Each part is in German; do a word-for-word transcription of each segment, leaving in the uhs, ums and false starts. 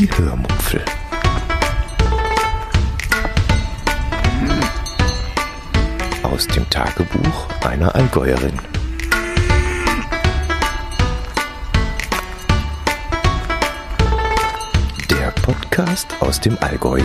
Die Hörmupfel. Aus dem Tagebuch einer Allgäuerin. Der Podcast aus dem Allgäu.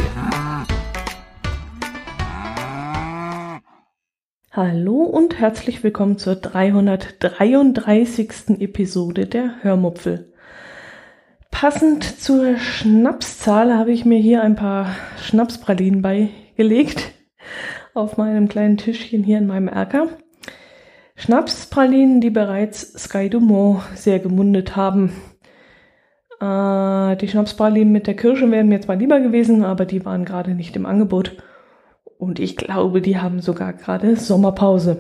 Hallo und herzlich willkommen zur dreihundertdreiunddreißigsten Episode der Hörmupfel. Passend zur Schnapszahl habe ich mir hier ein paar Schnapspralinen beigelegt auf meinem kleinen Tischchen hier in meinem Erker. Schnapspralinen, die bereits Sky Dumont sehr gemundet haben. Äh, die Schnapspralinen mit der Kirsche wären mir zwar lieber gewesen, aber die waren gerade nicht im Angebot. Und ich glaube, die haben sogar gerade Sommerpause.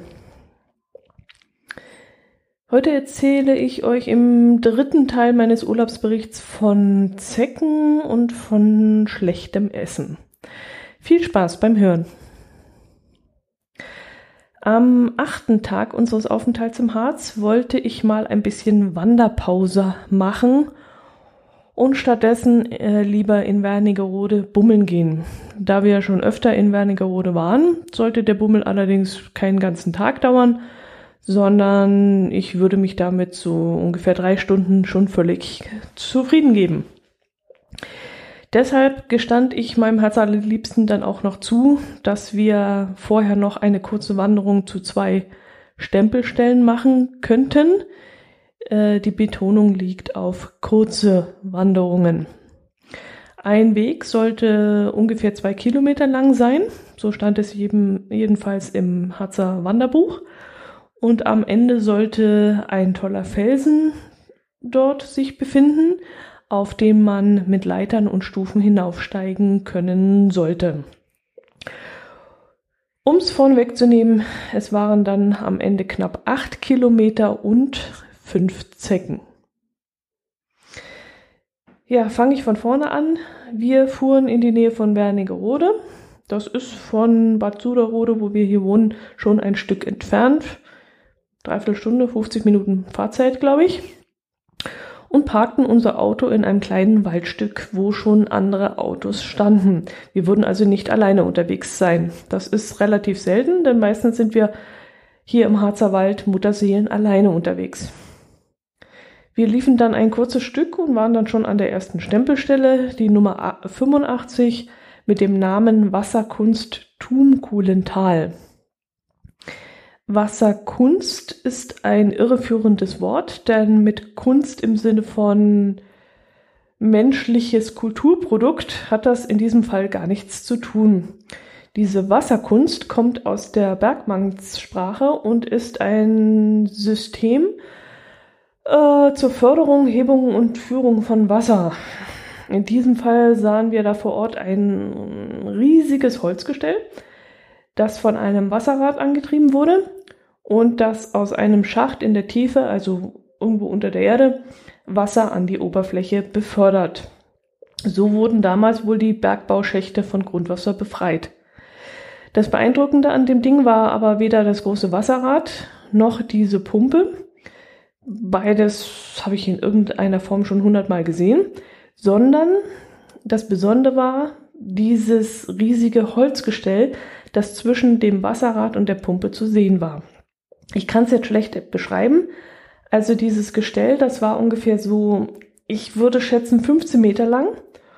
Heute erzähle ich euch im dritten Teil meines Urlaubsberichts von Zecken und von schlechtem Essen. Viel Spaß beim Hören. Am achten Tag unseres Aufenthalts im Harz wollte ich mal ein bisschen Wanderpause machen und stattdessen äh, lieber in Wernigerode bummeln gehen. Da wir schon öfter in Wernigerode waren, sollte der Bummel allerdings keinen ganzen Tag dauern, sondern ich würde mich damit so ungefähr drei Stunden schon völlig zufrieden geben. Deshalb gestand ich meinem Herzallerliebsten dann auch noch zu, dass wir vorher noch eine kurze Wanderung zu zwei Stempelstellen machen könnten. Die Betonung liegt auf kurze Wanderungen. Ein Weg sollte ungefähr zwei Kilometer lang sein, so stand es jedem, jedenfalls im Harzer Wanderbuch. Und am Ende sollte ein toller Felsen dort sich befinden, auf dem man mit Leitern und Stufen hinaufsteigen können sollte. Um es vorneweg zu nehmen, es waren dann am Ende knapp acht Kilometer und fünf Zecken. Ja, fange ich von vorne an. Wir fuhren in die Nähe von Wernigerode. Das ist von Bad Suderrode, wo wir hier wohnen, schon ein Stück entfernt. Dreiviertel Stunde, fünfzig Minuten Fahrzeit, glaube ich. Und parkten unser Auto in einem kleinen Waldstück, wo schon andere Autos standen. Wir würden also nicht alleine unterwegs sein. Das ist relativ selten, denn meistens sind wir hier im Harzer Wald Mutterseelen alleine unterwegs. Wir liefen dann ein kurzes Stück und waren dann schon an der ersten Stempelstelle, die Nummer fünfundachtzig, mit dem Namen Wasserkunst Tumkulental. Wasserkunst ist ein irreführendes Wort, denn mit Kunst im Sinne von menschliches Kulturprodukt hat das in diesem Fall gar nichts zu tun. Diese Wasserkunst kommt aus der Bergmannssprache und ist ein System äh, zur Förderung, Hebung und Führung von Wasser. In diesem Fall sahen wir da vor Ort ein riesiges Holzgestell, das von einem Wasserrad angetrieben wurde und das aus einem Schacht in der Tiefe, also irgendwo unter der Erde, Wasser an die Oberfläche befördert. So wurden damals wohl die Bergbauschächte von Grundwasser befreit. Das Beeindruckende an dem Ding war aber weder das große Wasserrad noch diese Pumpe. Beides habe ich in irgendeiner Form schon hundertmal gesehen, sondern das Besondere war dieses riesige Holzgestell, das zwischen dem Wasserrad und der Pumpe zu sehen war. Ich kann es jetzt schlecht beschreiben. Also dieses Gestell, das war ungefähr so, ich würde schätzen, fünfzehn Meter lang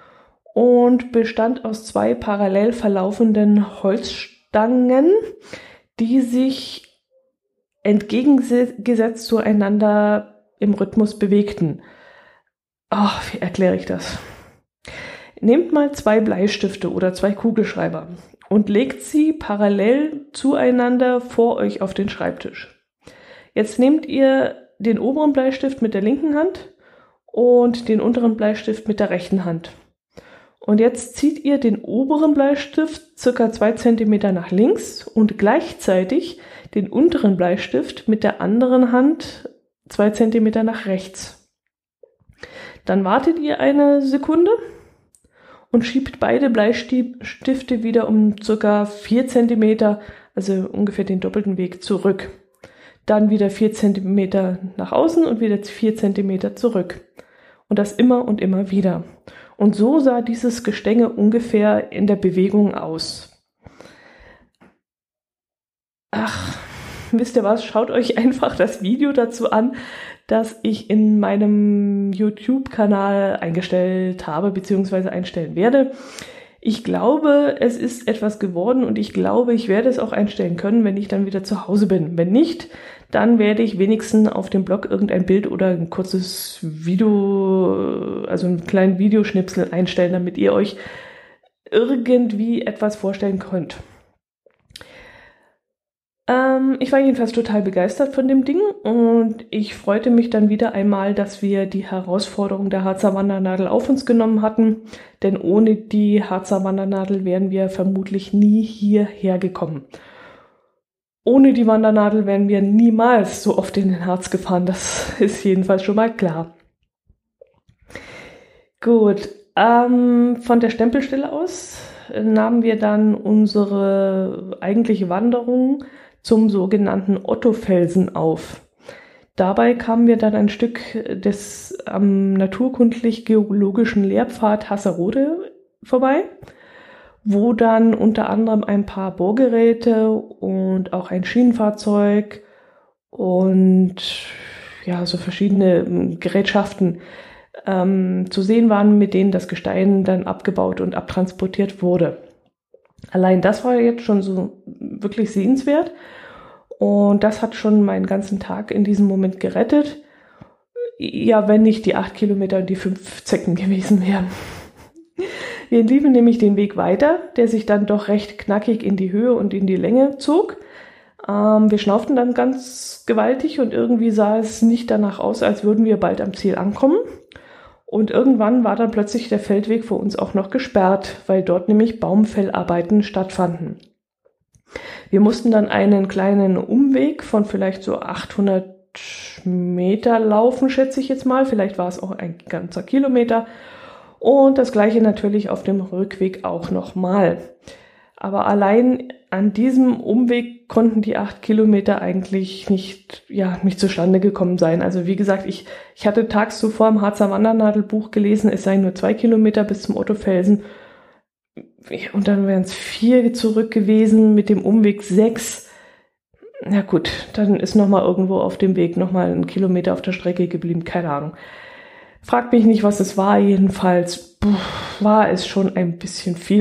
und bestand aus zwei parallel verlaufenden Holzstangen, die sich entgegengesetzt zueinander im Rhythmus bewegten. Ach, wie erkläre ich das? Nehmt mal zwei Bleistifte oder zwei Kugelschreiber und legt sie parallel zueinander vor euch auf den Schreibtisch. Jetzt nehmt ihr den oberen Bleistift mit der linken Hand und den unteren Bleistift mit der rechten Hand. Und jetzt zieht ihr den oberen Bleistift circa zwei Zentimeter nach links und gleichzeitig den unteren Bleistift mit der anderen Hand zwei Zentimeter nach rechts. Dann wartet ihr eine Sekunde und schiebt beide Bleistifte wieder um circa vier Zentimeter, also ungefähr den doppelten Weg, zurück. Dann wieder vier Zentimeter nach außen und wieder vier Zentimeter zurück. Und das immer und immer wieder. Und so sah dieses Gestänge ungefähr in der Bewegung aus. Ach, wisst ihr was? Schaut euch einfach das Video dazu an, das ich in meinem YouTube-Kanal eingestellt habe, beziehungsweise einstellen werde. Ich glaube, es ist etwas geworden und ich glaube, ich werde es auch einstellen können, wenn ich dann wieder zu Hause bin. Wenn nicht, dann werde ich wenigstens auf dem Blog irgendein Bild oder ein kurzes Video, also einen kleinen Videoschnipsel einstellen, damit ihr euch irgendwie etwas vorstellen könnt. Ähm, ich war jedenfalls total begeistert von dem Ding und ich freute mich dann wieder einmal, dass wir die Herausforderung der Harzer Wandernadel auf uns genommen hatten, denn ohne die Harzer Wandernadel wären wir vermutlich nie hierher gekommen. Ohne die Wandernadel wären wir niemals so oft in den Harz gefahren, das ist jedenfalls schon mal klar. Gut, ähm, von der Stempelstelle aus nahmen wir dann unsere eigentliche Wanderung zum sogenannten Ottofelsen auf. Dabei kamen wir dann ein Stück des am naturkundlich-geologischen Lehrpfad Hasserode vorbei, wo dann unter anderem ein paar Bohrgeräte und auch ein Schienenfahrzeug und ja, so verschiedene Gerätschaften ähm, zu sehen waren, mit denen das Gestein dann abgebaut und abtransportiert wurde. Allein das war jetzt schon so wirklich sehenswert und das hat schon meinen ganzen Tag in diesem Moment gerettet. Ja, wenn nicht die acht Kilometer und die fünf Zecken gewesen wären. Wir liefen nämlich den Weg weiter, der sich dann doch recht knackig in die Höhe und in die Länge zog. Ähm, wir schnauften dann ganz gewaltig und irgendwie sah es nicht danach aus, als würden wir bald am Ziel ankommen. Und irgendwann war dann plötzlich der Feldweg für uns auch noch gesperrt, weil dort nämlich Baumfellarbeiten stattfanden. Wir mussten dann einen kleinen Umweg von vielleicht so achthundert Meter laufen, schätze ich jetzt mal. Vielleicht war es auch ein ganzer Kilometer. Und das gleiche natürlich auf dem Rückweg auch nochmal. Aber allein an diesem Umweg konnten die acht Kilometer eigentlich nicht, ja, nicht zustande gekommen sein. Also wie gesagt, ich, ich hatte tags zuvor im Harzer Wandernadelbuch gelesen, es seien nur zwei Kilometer bis zum Ottofelsen. Und dann wären es vier zurück gewesen, mit dem Umweg sechs. Na gut, dann ist nochmal irgendwo auf dem Weg nochmal ein Kilometer auf der Strecke geblieben, keine Ahnung. Fragt mich nicht, was es war, jedenfalls puh, war es schon ein bisschen viel.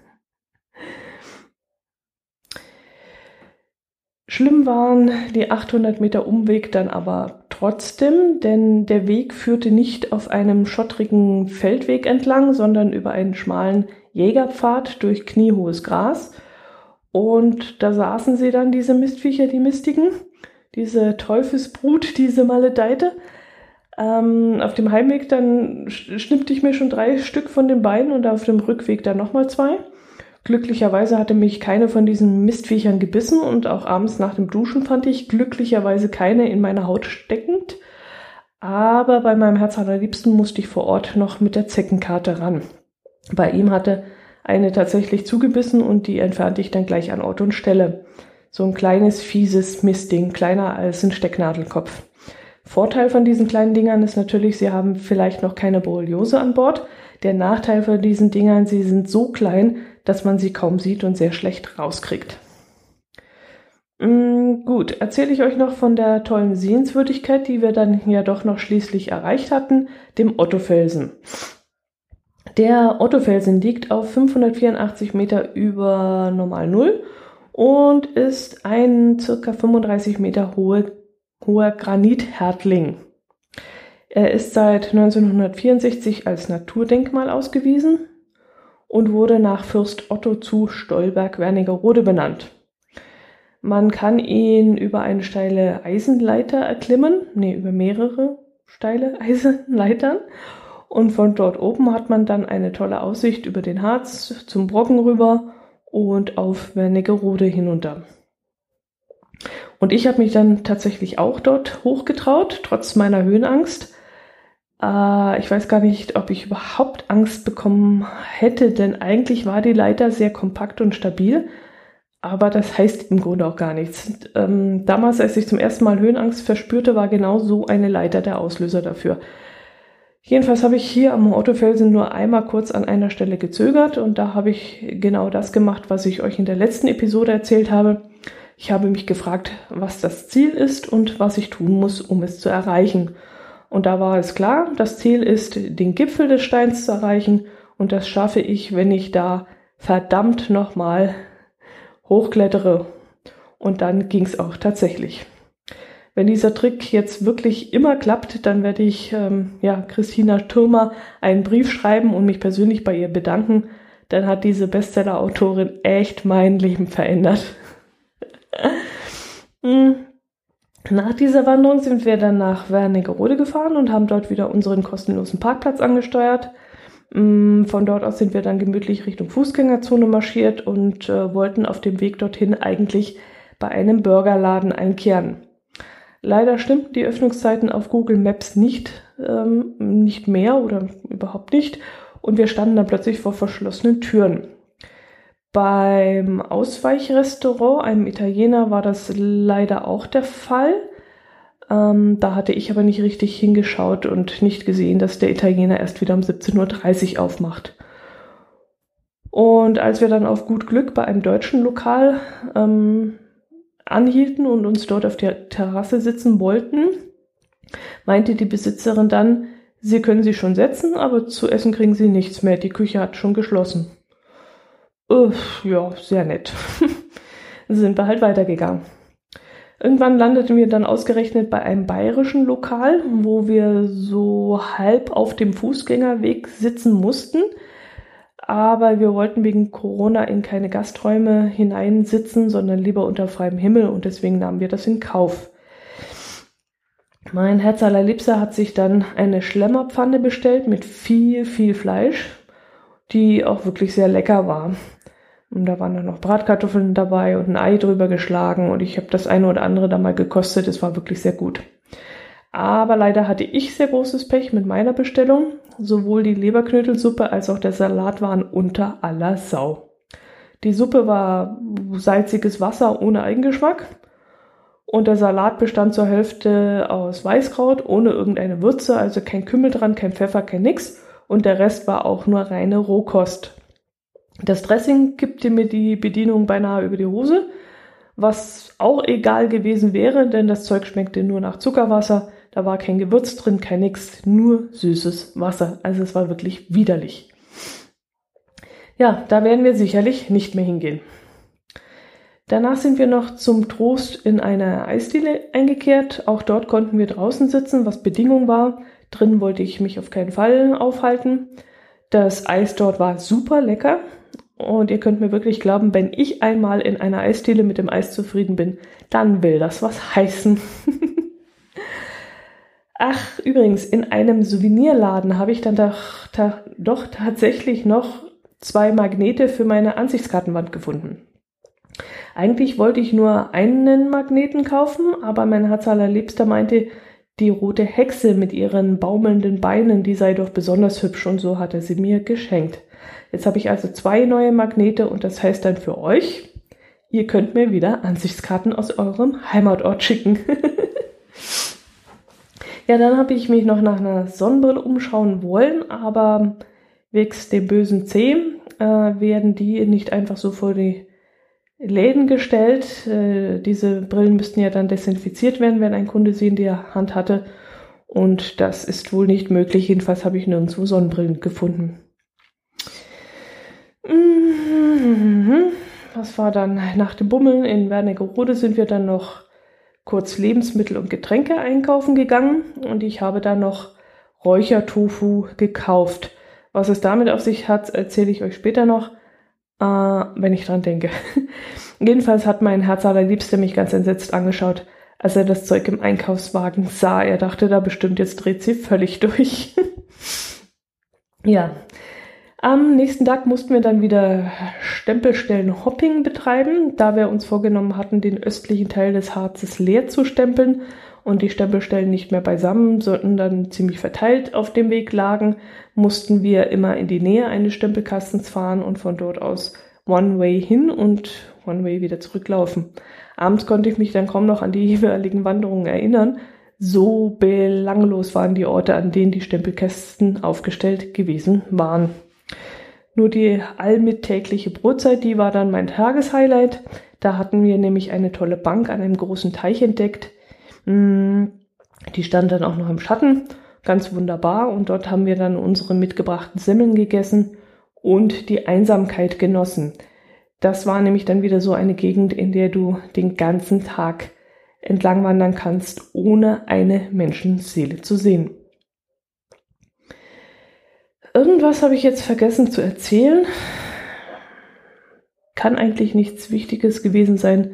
Schlimm waren die achthundert Meter Umweg dann aber trotzdem, denn der Weg führte nicht auf einem schottrigen Feldweg entlang, sondern über einen schmalen Jägerpfad durch kniehohes Gras. Und da saßen sie dann, diese Mistviecher, die Mistigen, diese Teufelsbrut, diese Maledeite. Ähm, auf dem Heimweg dann schnippte ich mir schon drei Stück von den Beinen und auf dem Rückweg dann nochmal zwei. Glücklicherweise hatte mich keine von diesen Mistviechern gebissen und auch abends nach dem Duschen fand ich glücklicherweise keine in meiner Haut steckend. Aber bei meinem Herz allerliebsten musste ich vor Ort noch mit der Zeckenkarte ran. Bei ihm hatte eine tatsächlich zugebissen und die entfernte ich dann gleich an Ort und Stelle. So ein kleines, fieses Mistding, kleiner als ein Stecknadelkopf. Vorteil von diesen kleinen Dingern ist natürlich, sie haben vielleicht noch keine Borreliose an Bord. Der Nachteil von diesen Dingern, sie sind so klein, dass man sie kaum sieht und sehr schlecht rauskriegt. Mm, gut, erzähle ich euch noch von der tollen Sehenswürdigkeit, die wir dann ja doch noch schließlich erreicht hatten, dem Ottofelsen. Der Ottofelsen liegt auf fünfhundertvierundachtzig Meter über Normal Null und ist ein ca. fünfunddreißig Meter hohe, hoher Granithärtling. Er ist seit neunzehnhundertvierundsechzig als Naturdenkmal ausgewiesen und wurde nach Fürst Otto zu Stolberg-Wernigerode benannt. Man kann ihn über eine steile Eisenleiter erklimmen, nee, über mehrere steile Eisenleitern. Und von dort oben hat man dann eine tolle Aussicht über den Harz zum Brocken rüber und auf Wernigerode hinunter. Und ich habe mich dann tatsächlich auch dort hochgetraut, trotz meiner Höhenangst. Äh, ich weiß gar nicht, ob ich überhaupt Angst bekommen hätte, denn eigentlich war die Leiter sehr kompakt und stabil. Aber das heißt im Grunde auch gar nichts. Ähm, damals, als ich zum ersten Mal Höhenangst verspürte, war genau so eine Leiter der Auslöser dafür. Jedenfalls habe ich hier am Ottofelsen nur einmal kurz an einer Stelle gezögert und da habe ich genau das gemacht, was ich euch in der letzten Episode erzählt habe. Ich habe mich gefragt, was das Ziel ist und was ich tun muss, um es zu erreichen. Und da war es klar, das Ziel ist, den Gipfel des Steins zu erreichen und das schaffe ich, wenn ich da verdammt nochmal hochklettere. Und dann ging es auch tatsächlich. Wenn dieser Trick jetzt wirklich immer klappt, dann werde ich ähm, ja, Christina Thürmer einen Brief schreiben und mich persönlich bei ihr bedanken. Dann hat diese Bestseller-Autorin echt mein Leben verändert. Nach dieser Wanderung sind wir dann nach Wernigerode gefahren und haben dort wieder unseren kostenlosen Parkplatz angesteuert. Von dort aus sind wir dann gemütlich Richtung Fußgängerzone marschiert und äh, wollten auf dem Weg dorthin eigentlich bei einem Burgerladen einkehren. Leider stimmten die Öffnungszeiten auf Google Maps nicht, ähm, nicht mehr oder überhaupt nicht und wir standen dann plötzlich vor verschlossenen Türen. Beim Ausweichrestaurant, einem Italiener, war das leider auch der Fall. Ähm, da hatte ich aber nicht richtig hingeschaut und nicht gesehen, dass der Italiener erst wieder um siebzehn Uhr dreißig aufmacht. Und als wir dann auf gut Glück bei einem deutschen Lokal ähm, anhielten und uns dort auf der Terrasse sitzen wollten, meinte die Besitzerin dann, Sie können sich schon setzen, aber zu essen kriegen Sie nichts mehr, die Küche hat schon geschlossen. Uff, ja, sehr nett. Sind wir halt weitergegangen. Irgendwann landeten wir dann ausgerechnet bei einem bayerischen Lokal, wo wir so halb auf dem Fußgängerweg sitzen mussten. Aber wir wollten wegen Corona in keine Gasträume hineinsitzen, sondern lieber unter freiem Himmel und deswegen nahmen wir das in Kauf. Mein Herz allerliebster hat sich dann eine Schlemmerpfanne bestellt mit viel, viel Fleisch, die auch wirklich sehr lecker war. Und da waren dann noch Bratkartoffeln dabei und ein Ei drüber geschlagen und ich habe das eine oder andere da mal gekostet, es war wirklich sehr gut. Aber leider hatte ich sehr großes Pech mit meiner Bestellung. Sowohl die Leberknödelsuppe als auch der Salat waren unter aller Sau. Die Suppe war salziges Wasser ohne Eigengeschmack und der Salat bestand zur Hälfte aus Weißkraut ohne irgendeine Würze, also kein Kümmel dran, kein Pfeffer, kein nix und der Rest war auch nur reine Rohkost. Das Dressing kippte mir die Bedienung beinahe über die Hose, was auch egal gewesen wäre, denn das Zeug schmeckte nur nach Zuckerwasser. Da war kein Gewürz drin, kein nix, nur süßes Wasser. Also es war wirklich widerlich. Ja, da werden wir sicherlich nicht mehr hingehen. Danach sind wir noch zum Trost in eine Eisdiele eingekehrt. Auch dort konnten wir draußen sitzen, was Bedingung war. Drin wollte ich mich auf keinen Fall aufhalten. Das Eis dort war super lecker. Und ihr könnt mir wirklich glauben, wenn ich einmal in einer Eisdiele mit dem Eis zufrieden bin, dann will das was heißen. Ach, übrigens, in einem Souvenirladen habe ich dann doch, ta- doch tatsächlich noch zwei Magnete für meine Ansichtskartenwand gefunden. Eigentlich wollte ich nur einen Magneten kaufen, aber mein Herz allerliebster meinte, die rote Hexe mit ihren baumelnden Beinen, die sei doch besonders hübsch und so hat er sie mir geschenkt. Jetzt habe ich also zwei neue Magnete und das heißt dann für euch, ihr könnt mir wieder Ansichtskarten aus eurem Heimatort schicken. Ja, dann habe ich mich noch nach einer Sonnenbrille umschauen wollen, aber wegs dem bösen C äh, werden die nicht einfach so vor die Läden gestellt. Äh, diese Brillen müssten ja dann desinfiziert werden, wenn ein Kunde sie in der Hand hatte. Und das ist wohl nicht möglich. Jedenfalls habe ich nirgendwo Sonnenbrillen gefunden. Was war dann? Nach dem Bummeln in Wernigerode sind wir dann noch kurz Lebensmittel und Getränke einkaufen gegangen und ich habe da noch Räuchertofu gekauft. Was es damit auf sich hat, erzähle ich euch später noch, äh, wenn ich dran denke. Jedenfalls hat mein Herz allerliebster mich ganz entsetzt angeschaut, als er das Zeug im Einkaufswagen sah. Er dachte da bestimmt, jetzt dreht sie völlig durch. Ja. Am nächsten Tag mussten wir dann wieder Stempelstellen-Hopping betreiben, da wir uns vorgenommen hatten, den östlichen Teil des Harzes leer zu stempeln und die Stempelstellen nicht mehr beisammen, sondern ziemlich verteilt auf dem Weg lagen, mussten wir immer in die Nähe eines Stempelkastens fahren und von dort aus One-Way hin und One-Way wieder zurücklaufen. Abends konnte ich mich dann kaum noch an die jeweiligen Wanderungen erinnern. So belanglos waren die Orte, an denen die Stempelkästen aufgestellt gewesen waren. Nur die allmittägliche Brotzeit, die war dann mein Tageshighlight. Da hatten wir nämlich eine tolle Bank an einem großen Teich entdeckt. Die stand dann auch noch im Schatten, ganz wunderbar. Und dort haben wir dann unsere mitgebrachten Semmeln gegessen und die Einsamkeit genossen. Das war nämlich dann wieder so eine Gegend, in der du den ganzen Tag entlang wandern kannst, ohne eine Menschenseele zu sehen. Irgendwas habe ich jetzt vergessen zu erzählen. Kann eigentlich nichts Wichtiges gewesen sein,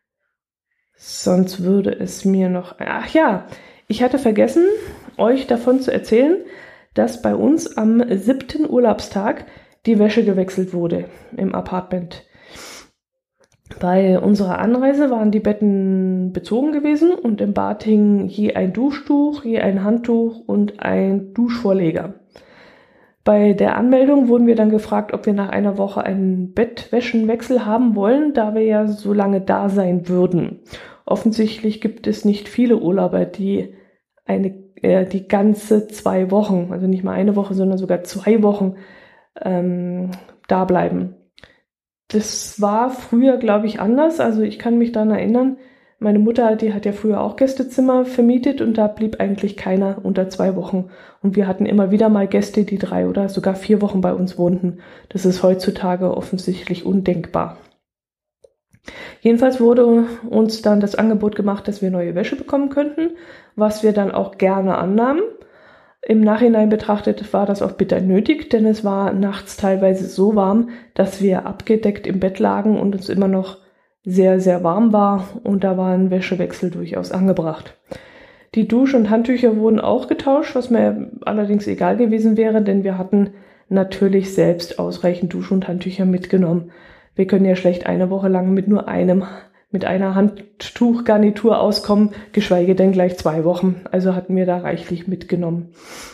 sonst würde es mir noch... Ach ja, ich hatte vergessen, euch davon zu erzählen, dass bei uns am siebten Urlaubstag die Wäsche gewechselt wurde im Apartment. Bei unserer Anreise waren die Betten bezogen gewesen und im Bad hing je ein Duschtuch, je ein Handtuch und ein Duschvorleger. Bei der Anmeldung wurden wir dann gefragt, ob wir nach einer Woche einen Bettwäschenwechsel haben wollen, da wir ja so lange da sein würden. Offensichtlich gibt es nicht viele Urlauber, die eine, äh, die ganze zwei Wochen, also nicht mal eine Woche, sondern sogar zwei Wochen ähm, da bleiben. Das war früher, glaube ich, anders. Also ich kann mich daran erinnern, meine Mutter, die hat ja früher auch Gästezimmer vermietet und da blieb eigentlich keiner unter zwei Wochen. Und wir hatten immer wieder mal Gäste, die drei oder sogar vier Wochen bei uns wohnten. Das ist heutzutage offensichtlich undenkbar. Jedenfalls wurde uns dann das Angebot gemacht, dass wir neue Wäsche bekommen könnten, was wir dann auch gerne annahmen. Im Nachhinein betrachtet war das auch bitter nötig, denn es war nachts teilweise so warm, dass wir abgedeckt im Bett lagen und uns immer noch sehr, sehr warm war und da war ein Wäschewechsel durchaus angebracht. Die Dusch- und Handtücher wurden auch getauscht, was mir allerdings egal gewesen wäre, denn wir hatten natürlich selbst ausreichend Dusch- und Handtücher mitgenommen. Wir können ja schlecht eine Woche lang mit nur einem, mit einer Handtuchgarnitur auskommen, geschweige denn gleich zwei Wochen. Also hatten wir da reichlich mitgenommen.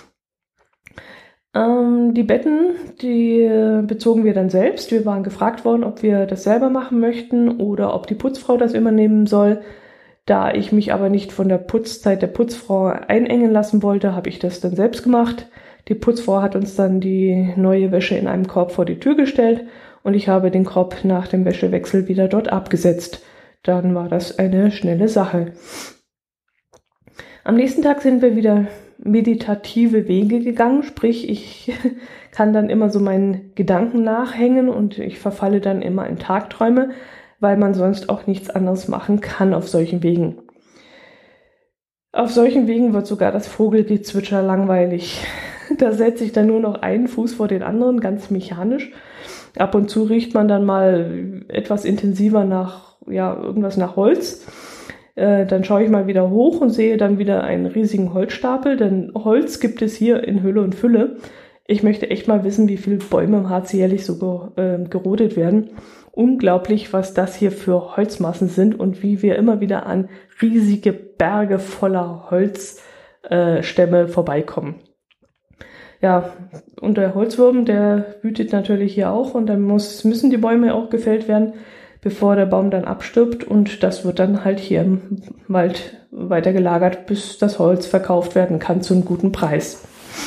Ähm, die Betten, die bezogen wir dann selbst. Wir waren gefragt worden, ob wir das selber machen möchten oder ob die Putzfrau das übernehmen soll. Da ich mich aber nicht von der Putzzeit der Putzfrau einengen lassen wollte, habe ich das dann selbst gemacht. Die Putzfrau hat uns dann die neue Wäsche in einem Korb vor die Tür gestellt und ich habe den Korb nach dem Wäschewechsel wieder dort abgesetzt. Dann war das eine schnelle Sache. Am nächsten Tag sind wir wieder meditative Wege gegangen, sprich ich kann dann immer so meinen Gedanken nachhängen und ich verfalle dann immer in Tagträume, weil man sonst auch nichts anderes machen kann auf solchen Wegen. Auf solchen Wegen wird sogar das Vogelgezwitscher langweilig. Da setze ich dann nur noch einen Fuß vor den anderen, ganz mechanisch. Ab und zu riecht man dann mal etwas intensiver nach, ja, irgendwas nach Holz. Äh, dann schaue ich mal wieder hoch und sehe dann wieder einen riesigen Holzstapel, denn Holz gibt es hier in Hülle und Fülle. Ich möchte echt mal wissen, wie viele Bäume im Harz jährlich so ge, äh, gerodet werden. Unglaublich, was das hier für Holzmassen sind und wie wir immer wieder an riesige Berge voller Holzstämme äh, vorbeikommen. Ja, und der Holzwurm, der wütet natürlich hier auch und dann muss, müssen die Bäume auch gefällt werden, bevor der Baum dann abstirbt und das wird dann halt hier im Wald weiter gelagert, bis das Holz verkauft werden kann zu einem guten Preis.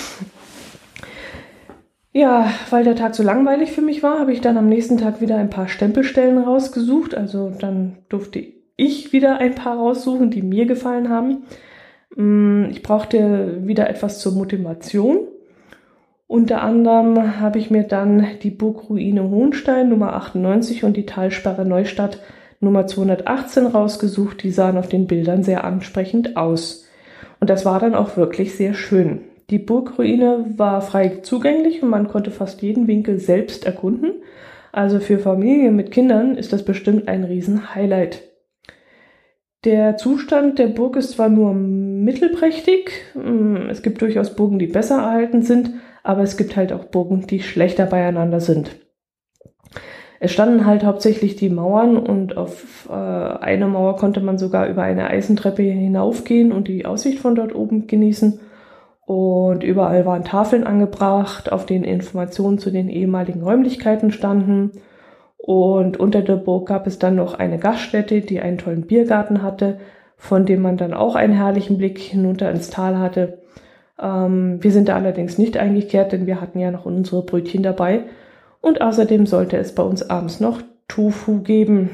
Ja, weil der Tag so langweilig für mich war, habe ich dann am nächsten Tag wieder ein paar Stempelstellen rausgesucht. Also dann durfte ich wieder ein paar raussuchen, die mir gefallen haben. Ich brauchte wieder etwas zur Motivation. Unter anderem habe ich mir dann die Burgruine Hohenstein Nummer achtundneunzig und die Talsperre Neustadt Nummer zweihundertachtzehn rausgesucht. Die sahen auf den Bildern sehr ansprechend aus. Und das war dann auch wirklich sehr schön. Die Burgruine war frei zugänglich und man konnte fast jeden Winkel selbst erkunden. Also für Familien mit Kindern ist das bestimmt ein Riesen-Highlight. Der Zustand der Burg ist zwar nur mittelprächtig, es gibt durchaus Burgen, die besser erhalten sind, aber es gibt halt auch Burgen, die schlechter beieinander sind. Es standen halt hauptsächlich die Mauern und auf äh, eine Mauer konnte man sogar über eine Eisentreppe hinaufgehen und die Aussicht von dort oben genießen. Und überall waren Tafeln angebracht, auf denen Informationen zu den ehemaligen Räumlichkeiten standen. Und unter der Burg gab es dann noch eine Gaststätte, die einen tollen Biergarten hatte, von dem man dann auch einen herrlichen Blick hinunter ins Tal hatte. Ähm, wir sind da allerdings nicht eingekehrt, denn wir hatten ja noch unsere Brötchen dabei. Und außerdem sollte es bei uns abends noch Tofu geben.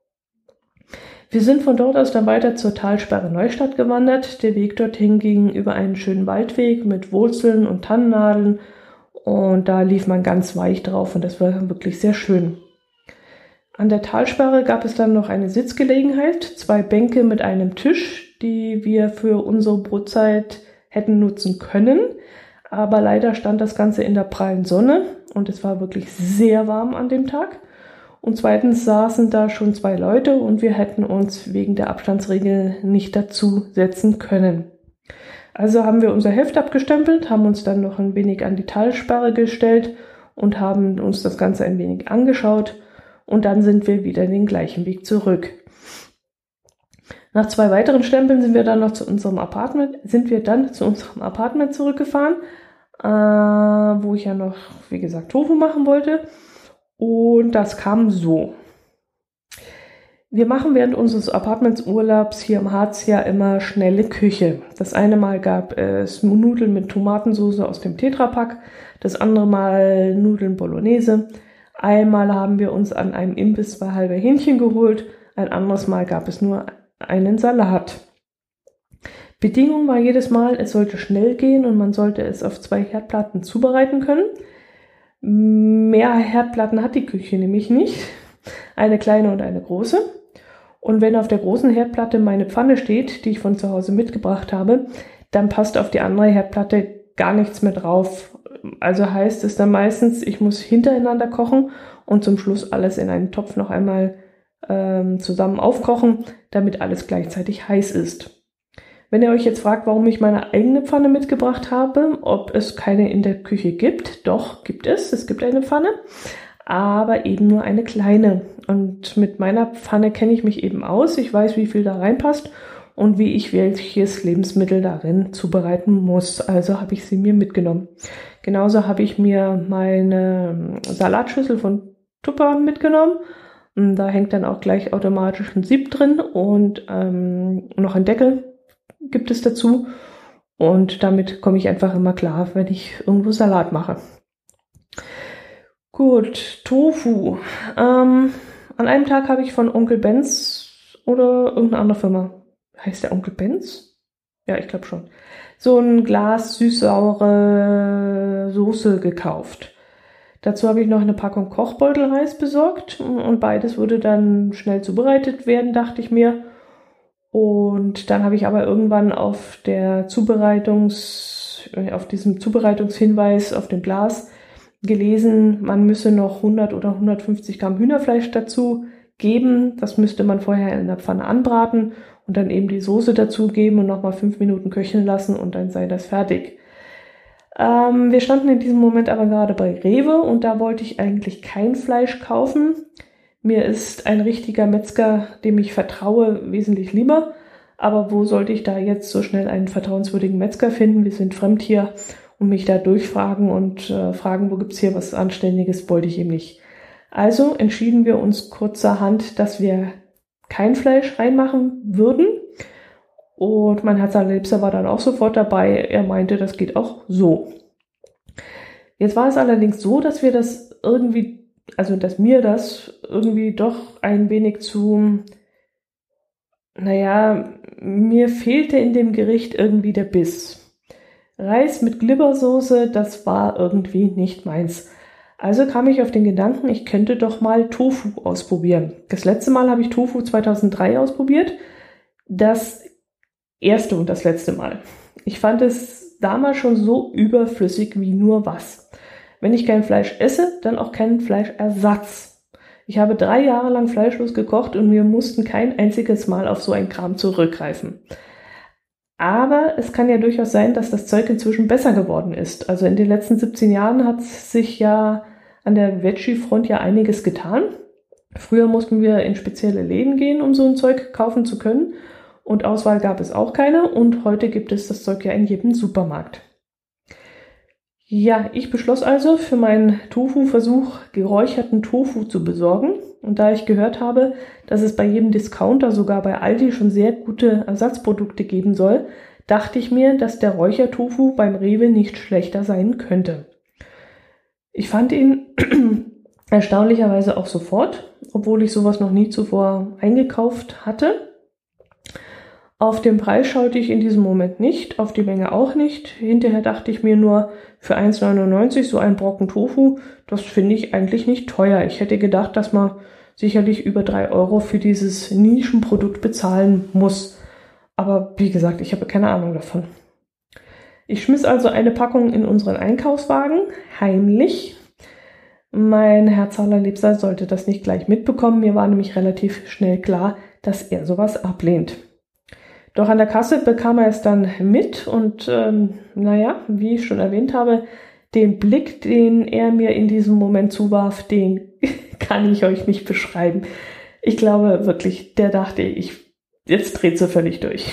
Wir sind von dort aus dann weiter zur Talsperre Neustadt gewandert. Der Weg dorthin ging über einen schönen Waldweg mit Wurzeln und Tannennadeln. Und da lief man ganz weich drauf und das war wirklich sehr schön. An der Talsperre gab es dann noch eine Sitzgelegenheit, zwei Bänke mit einem Tisch, die wir für unsere Brotzeit hätten nutzen können. Aber leider stand das Ganze in der prallen Sonne und es war wirklich sehr warm an dem Tag. Und zweitens saßen da schon zwei Leute und wir hätten uns wegen der Abstandsregel nicht dazu setzen können. Also haben wir unser Heft abgestempelt, haben uns dann noch ein wenig an die Talsperre gestellt und haben uns das Ganze ein wenig angeschaut und dann sind wir wieder den gleichen Weg zurück. Nach zwei weiteren Stempeln sind wir dann noch zu unserem Apartment, sind wir dann zu unserem Apartment zurückgefahren, äh, wo ich ja noch, wie gesagt, Tofu machen wollte. Und das kam so. Wir machen während unseres Apartmentsurlaubs hier im Harz ja immer schnelle Küche. Das eine Mal gab es Nudeln mit Tomatensauce aus dem Tetrapack, das andere Mal Nudeln Bolognese. Einmal haben wir uns an einem Imbiss zwei halbe Hähnchen geholt, ein anderes Mal gab es nur einen Salat. Bedingung war jedes Mal, es sollte schnell gehen und man sollte es auf zwei Herdplatten zubereiten können. Mehr Herdplatten hat die Küche nämlich nicht, eine kleine und eine große. Und wenn auf der großen Herdplatte meine Pfanne steht, die ich von zu Hause mitgebracht habe, dann passt auf die andere Herdplatte gar nichts mehr drauf. Also heißt es dann meistens, ich muss hintereinander kochen und zum Schluss alles in einen Topf noch einmal ähm, zusammen aufkochen, damit alles gleichzeitig heiß ist. Wenn ihr euch jetzt fragt, warum ich meine eigene Pfanne mitgebracht habe, ob es keine in der Küche gibt, doch gibt es, es gibt eine Pfanne, aber eben nur eine kleine. Und mit meiner Pfanne kenne ich mich eben aus, ich weiß, wie viel da reinpasst und wie ich welches Lebensmittel darin zubereiten muss. Also habe ich sie mir mitgenommen. Genauso habe ich mir meine Salatschüssel von Tupper mitgenommen. Da hängt dann auch gleich automatisch ein Sieb drin und ähm, noch ein Deckel gibt es dazu und damit komme ich einfach immer klar, wenn ich irgendwo Salat mache. Gut, Tofu. Ähm, an einem Tag habe ich von Onkel Benz oder irgendeine andere Firma, heißt der Onkel Benz? Ja, ich glaube schon, so ein Glas süß-saure Soße gekauft. Dazu habe ich noch eine Packung Kochbeutelreis besorgt und beides würde dann schnell zubereitet werden, dachte ich mir. Und dann habe ich aber irgendwann auf der Zubereitungs, auf diesem Zubereitungshinweis auf dem Glas gelesen, man müsse noch hundert oder hundertfünfzig Gramm Hühnerfleisch dazu geben. Das müsste man vorher in der Pfanne anbraten und dann eben die Soße dazugeben und nochmal fünf Minuten köcheln lassen und dann sei das fertig. Ähm, wir standen in diesem Moment aber gerade bei Rewe und da wollte ich eigentlich kein Fleisch kaufen. Mir ist ein richtiger Metzger, dem ich vertraue, wesentlich lieber. Aber wo sollte ich da jetzt so schnell einen vertrauenswürdigen Metzger finden? Wir sind fremd hier und mich da durchfragen und äh, fragen, wo gibt's hier was Anständiges, wollte ich eben nicht. Also entschieden wir uns kurzerhand, dass wir kein Fleisch reinmachen würden. Und mein Herz allerliebster war dann auch sofort dabei. Er meinte, das geht auch so. Jetzt war es allerdings so, dass wir das irgendwie Also, dass mir das irgendwie doch ein wenig zu, naja, mir fehlte in dem Gericht irgendwie der Biss. Reis mit Glibbersoße, das war irgendwie nicht meins. Also kam ich auf den Gedanken, ich könnte doch mal Tofu ausprobieren. Das letzte Mal habe ich Tofu zweitausenddrei ausprobiert. Das erste und das letzte Mal. Ich fand es damals schon so überflüssig wie nur was. Wenn ich kein Fleisch esse, dann auch keinen Fleischersatz. Ich habe drei Jahre lang fleischlos gekocht und wir mussten kein einziges Mal auf so ein Kram zurückgreifen. Aber es kann ja durchaus sein, dass das Zeug inzwischen besser geworden ist. Also in den letzten siebzehn Jahren hat sich ja an der Veggie-Front ja einiges getan. Früher mussten wir in spezielle Läden gehen, um so ein Zeug kaufen zu können. Und Auswahl gab es auch keine. Und heute gibt es das Zeug ja in jedem Supermarkt. Ja, ich beschloss also, für meinen Tofu-Versuch geräucherten Tofu zu besorgen. Und da ich gehört habe, dass es bei jedem Discounter, sogar bei Aldi, schon sehr gute Ersatzprodukte geben soll, dachte ich mir, dass der Räuchertofu beim Rewe nicht schlechter sein könnte. Ich fand ihn erstaunlicherweise auch sofort, obwohl ich sowas noch nie zuvor eingekauft hatte. Auf den Preis schaute ich in diesem Moment nicht, auf die Menge auch nicht. Hinterher dachte ich mir nur, für eins neunundneunzig so ein Brocken Tofu, das finde ich eigentlich nicht teuer. Ich hätte gedacht, dass man sicherlich über drei Euro für dieses Nischenprodukt bezahlen muss. Aber wie gesagt, ich habe keine Ahnung davon. Ich schmiss also eine Packung in unseren Einkaufswagen, heimlich. Mein Herz allerliebster sollte das nicht gleich mitbekommen. Mir war nämlich relativ schnell klar, dass er sowas ablehnt. Doch an der Kasse bekam er es dann mit und ähm, naja, wie ich schon erwähnt habe, den Blick, den er mir in diesem Moment zuwarf, den kann ich euch nicht beschreiben. Ich glaube wirklich, der dachte, ich jetzt dreht sie völlig durch.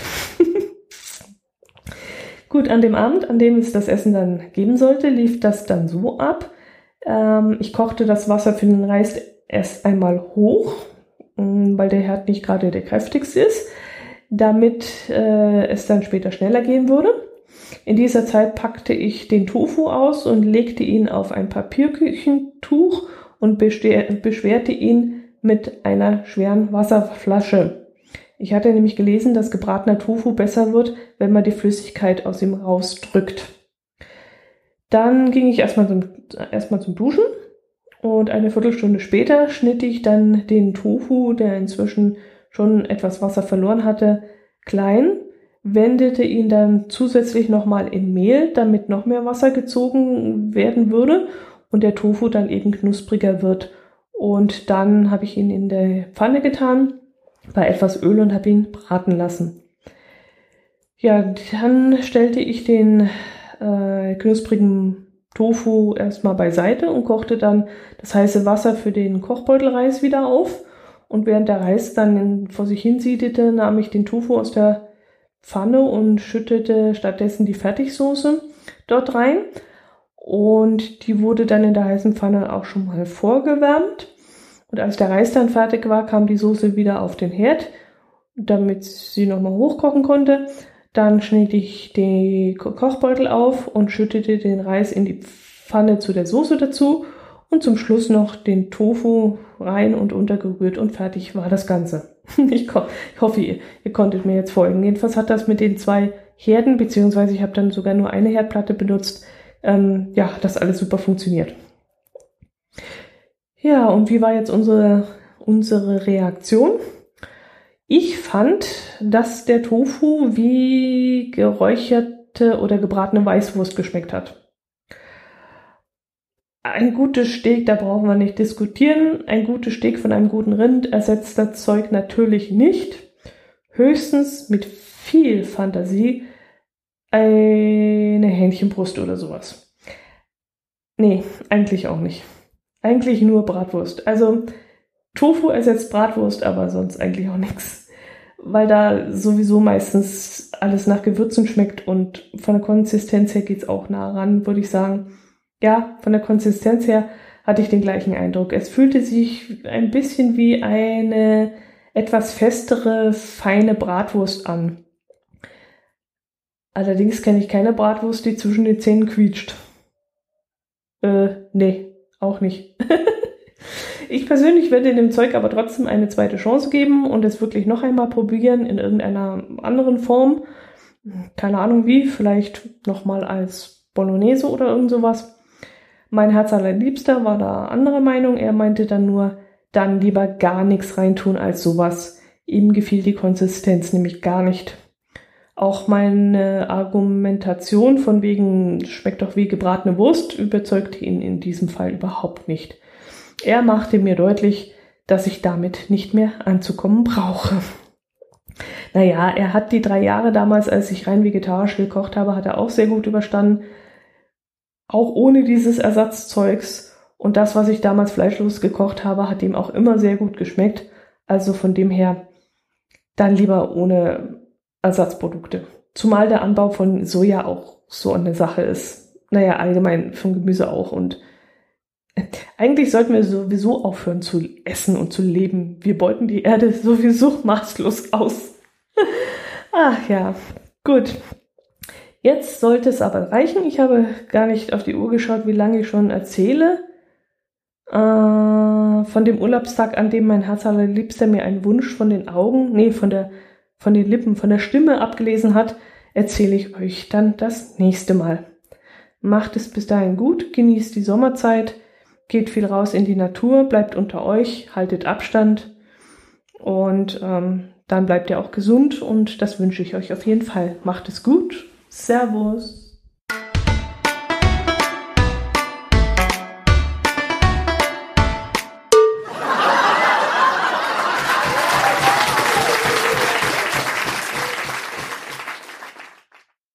Gut, an dem Abend, an dem es das Essen dann geben sollte, lief das dann so ab. Ähm, ich kochte das Wasser für den Reis erst einmal hoch, weil der Herd nicht gerade der kräftigste ist, damit äh, es dann später schneller gehen würde. In dieser Zeit packte ich den Tofu aus und legte ihn auf ein Papierküchentuch und beschwerte ihn mit einer schweren Wasserflasche. Ich hatte nämlich gelesen, dass gebratener Tofu besser wird, wenn man die Flüssigkeit aus ihm rausdrückt. Dann ging ich erstmal zum, erstmal zum Duschen und eine Viertelstunde später schnitt ich dann den Tofu, der inzwischen schon etwas Wasser verloren hatte, klein, wendete ihn dann zusätzlich nochmal in Mehl, damit noch mehr Wasser gezogen werden würde und der Tofu dann eben knuspriger wird. Und dann habe ich ihn in der Pfanne getan, bei etwas Öl und habe ihn braten lassen. Ja, dann stellte ich den äh, knusprigen Tofu erstmal beiseite und kochte dann das heiße Wasser für den Kochbeutelreis wieder auf. Und während der Reis dann in, vor sich hin siedete, nahm ich den Tofu aus der Pfanne und schüttete stattdessen die Fertigsoße dort rein. Und die wurde dann in der heißen Pfanne auch schon mal vorgewärmt. Und als der Reis dann fertig war, kam die Soße wieder auf den Herd, damit sie nochmal hochkochen konnte. Dann schnitt ich die Kochbeutel auf und schüttete den Reis in die Pfanne zu der Soße dazu. Und zum Schluss noch den Tofu rein und untergerührt und fertig war das Ganze. Ich, ko- ich hoffe, ihr, ihr konntet mir jetzt folgen. Jedenfalls hat das mit den zwei Herden, beziehungsweise ich habe dann sogar nur eine Herdplatte benutzt, ähm, ja, das alles super funktioniert. Ja, und wie war jetzt unsere, unsere Reaktion? Ich fand, dass der Tofu wie geräucherte oder gebratene Weißwurst geschmeckt hat. Ein gutes Steak, da brauchen wir nicht diskutieren. Ein gutes Steak von einem guten Rind ersetzt das Zeug natürlich nicht. Höchstens mit viel Fantasie eine Hähnchenbrust oder sowas. Nee, eigentlich auch nicht. Eigentlich nur Bratwurst. Also Tofu ersetzt Bratwurst, aber sonst eigentlich auch nichts. Weil da sowieso meistens alles nach Gewürzen schmeckt und von der Konsistenz her geht's auch nah ran, würde ich sagen. Ja, von der Konsistenz her hatte ich den gleichen Eindruck. Es fühlte sich ein bisschen wie eine etwas festere, feine Bratwurst an. Allerdings kenne ich keine Bratwurst, die zwischen den Zähnen quietscht. Äh, nee, auch nicht. Ich persönlich werde dem Zeug aber trotzdem eine zweite Chance geben und es wirklich noch einmal probieren in irgendeiner anderen Form. Keine Ahnung wie, vielleicht nochmal als Bolognese oder irgend sowas. Mein Herz allerliebster war da anderer Meinung. Er meinte dann nur, dann lieber gar nichts reintun als sowas. Ihm gefiel die Konsistenz nämlich gar nicht. Auch meine Argumentation von wegen, schmeckt doch wie gebratene Wurst, überzeugte ihn in diesem Fall überhaupt nicht. Er machte mir deutlich, dass ich damit nicht mehr anzukommen brauche. Naja, er hat die drei Jahre damals, als ich rein vegetarisch gekocht habe, hat er auch sehr gut überstanden. Auch ohne dieses Ersatzzeugs. Und das, was ich damals fleischlos gekocht habe, hat ihm auch immer sehr gut geschmeckt. Also von dem her dann lieber ohne Ersatzprodukte. Zumal der Anbau von Soja auch so eine Sache ist. naja, allgemein von Gemüse auch. Und eigentlich sollten wir sowieso aufhören zu essen und zu leben. Wir beuten die Erde sowieso maßlos aus. Ach ja, gut. Jetzt sollte es aber reichen. Ich habe gar nicht auf die Uhr geschaut, wie lange ich schon erzähle. Äh, von dem Urlaubstag, an dem mein Herz allerliebster mir einen Wunsch von den Augen, nee, von der, von den Lippen, von der Stimme abgelesen hat, erzähle ich euch dann das nächste Mal. Macht es bis dahin gut, genießt die Sommerzeit, geht viel raus in die Natur, bleibt unter euch, haltet Abstand und ähm, dann bleibt ihr auch gesund und das wünsche ich euch auf jeden Fall. Macht es gut. Servus.